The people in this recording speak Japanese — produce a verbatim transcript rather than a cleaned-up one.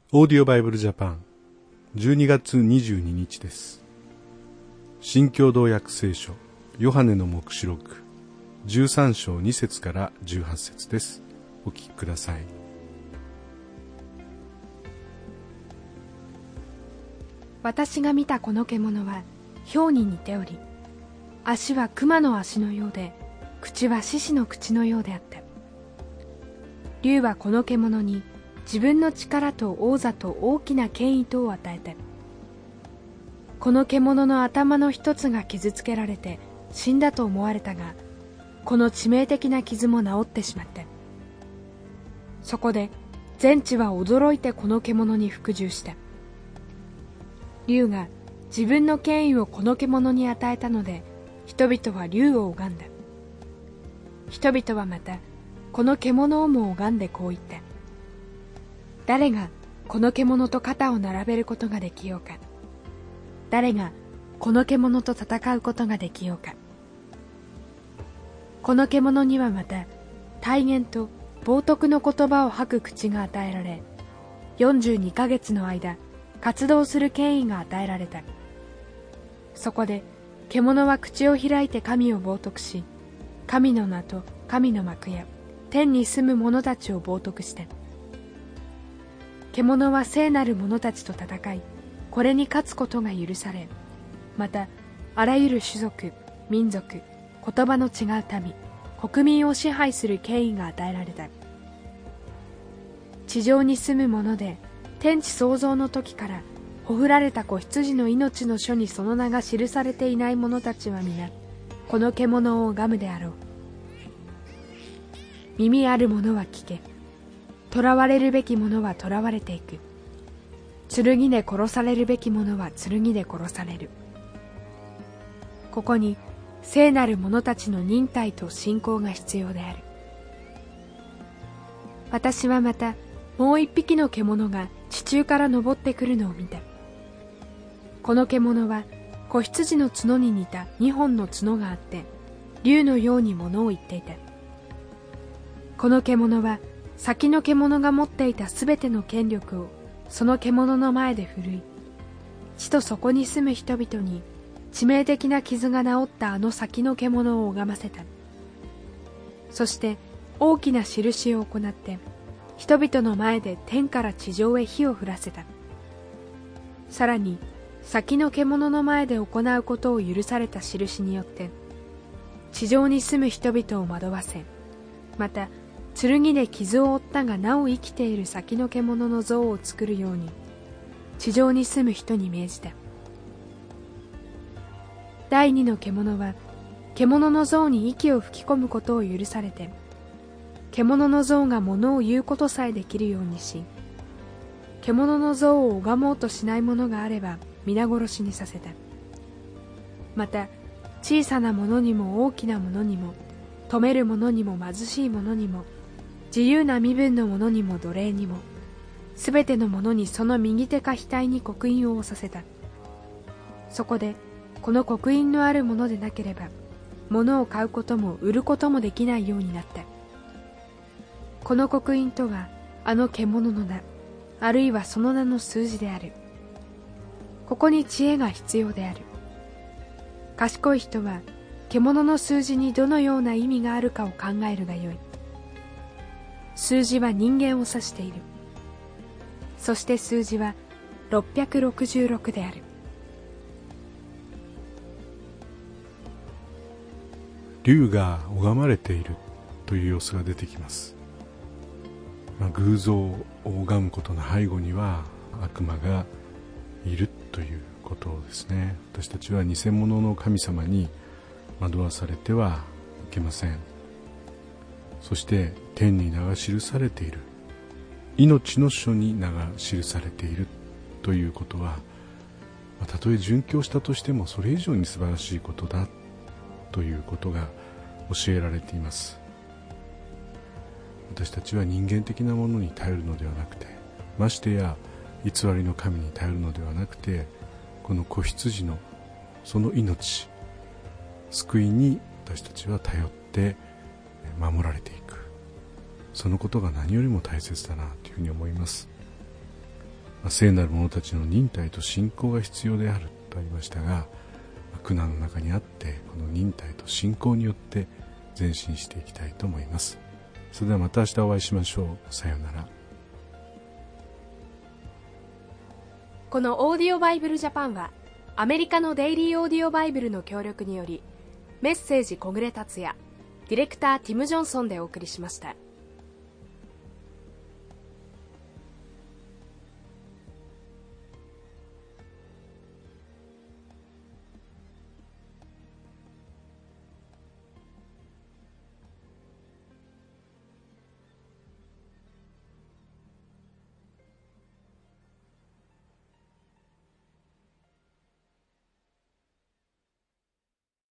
オーディオバイブルジャパンじゅうにがつにじゅうににちです。新共同訳聖書ヨハネの黙示録じゅうさんしょうにせつからじゅうはっせつです。お聞きください。 私が見たこの獣は豹に似ており、足は熊の足のようで、口は獅子の口のようであった。竜はこの獣に自分の力と王座と大きな権威とを与えた。この獣の頭の一つが傷つけられて死んだと思われたが、この致命的な傷も治ってしまった。そこで全地は驚いてこの獣に服従した。竜が自分の権威をこの獣に与えたので、人々は竜を拝んだ。人々はまたこの獣をも拝んでこう言った。誰がこの獣と肩を並べることができようか。誰がこの獣と戦うことができようか。この獣にはまた大言と冒涜の言葉を吐く口が与えられ、よんじゅうにかげつの間活動する権威が与えられた。そこで獣は口を開いて神を冒涜し、神の名と神の幕や天に住む者たちを冒涜した。獣は聖なる者たちと戦い、これに勝つことが許され、またあらゆる種族、民族、言葉の違う民、国民を支配する権威が与えられた。地上に住む者で天地創造の時からほふられた子羊の命の書にその名が記されていない者たちは皆この獣を拝むであろう。耳ある者は聞け。囚われるべき者は囚われていく。剣で殺されるべき者は剣で殺される。ここに聖なる者たちの忍耐と信仰が必要である。私はまたもう一匹の獣が地中から登ってくるのを見た。この獣は子羊の角に似た二本の角があって、竜のように物を言っていた。この獣は先の獣が持っていたすべての権力をその獣の前で振るい、地とそこに住む人々に致命的な傷が治ったあの先の獣を拝ませた。そして大きな印を行って人々の前で天から地上へ火を降らせた。さらに先の獣の前で行うことを許された印によって地上に住む人々を惑わせ、また剣で傷を負ったがなお生きている先の獣の像を作るように地上に住む人に命じた。第二の獣は獣の像に息を吹き込むことを許されて、獣の像が物を言うことさえできるようにし、獣の像を拝もうとしない者があれば皆殺しにさせた。また小さな者にも大きな者にも、富める者にも貧しい者にも、自由な身分の者にも奴隷にも、すべての者にその右手か額に刻印を押させた。そこでこの刻印のあるものでなければ物を買うことも売ることもできないようになった。この刻印とはあの獣の名、あるいはその名の数字である。ここに知恵が必要である。賢い人は獣の数字にどのような意味があるかを考えるがよい。数字は人間を指している。そして数字はろっぴゃくろくじゅうろくである。 竜が拝まれているという様子が出てきます。まあ、偶像を拝むことの背後には悪魔がいるということですね。私たちは偽物の神様に惑わされてはいけません。そして天に名が記されている、命の書に名が記されているということは、たとえ殉教したとしてもそれ以上に素晴らしいことだということが教えられています。私たちは人間的なものに頼るのではなくて、ましてや偽りの神に頼るのではなくて、この子羊のその命、救いに私たちは頼って守られていく、そのことが何よりも大切だなというふうに思います。 まあ、聖なる者たちの忍耐と信仰が必要であるとありましたが、まあ、苦難の中にあってこの忍耐と信仰によって前進していきたいと思います。それではまた明日お会いしましょう。さようなら。 このオーディオバイブルジャパンはアメリカのデイリーオーディオバイブルの協力によりメッセージ小暮達也、ディレクターティム・ジョンソンでお送りしました。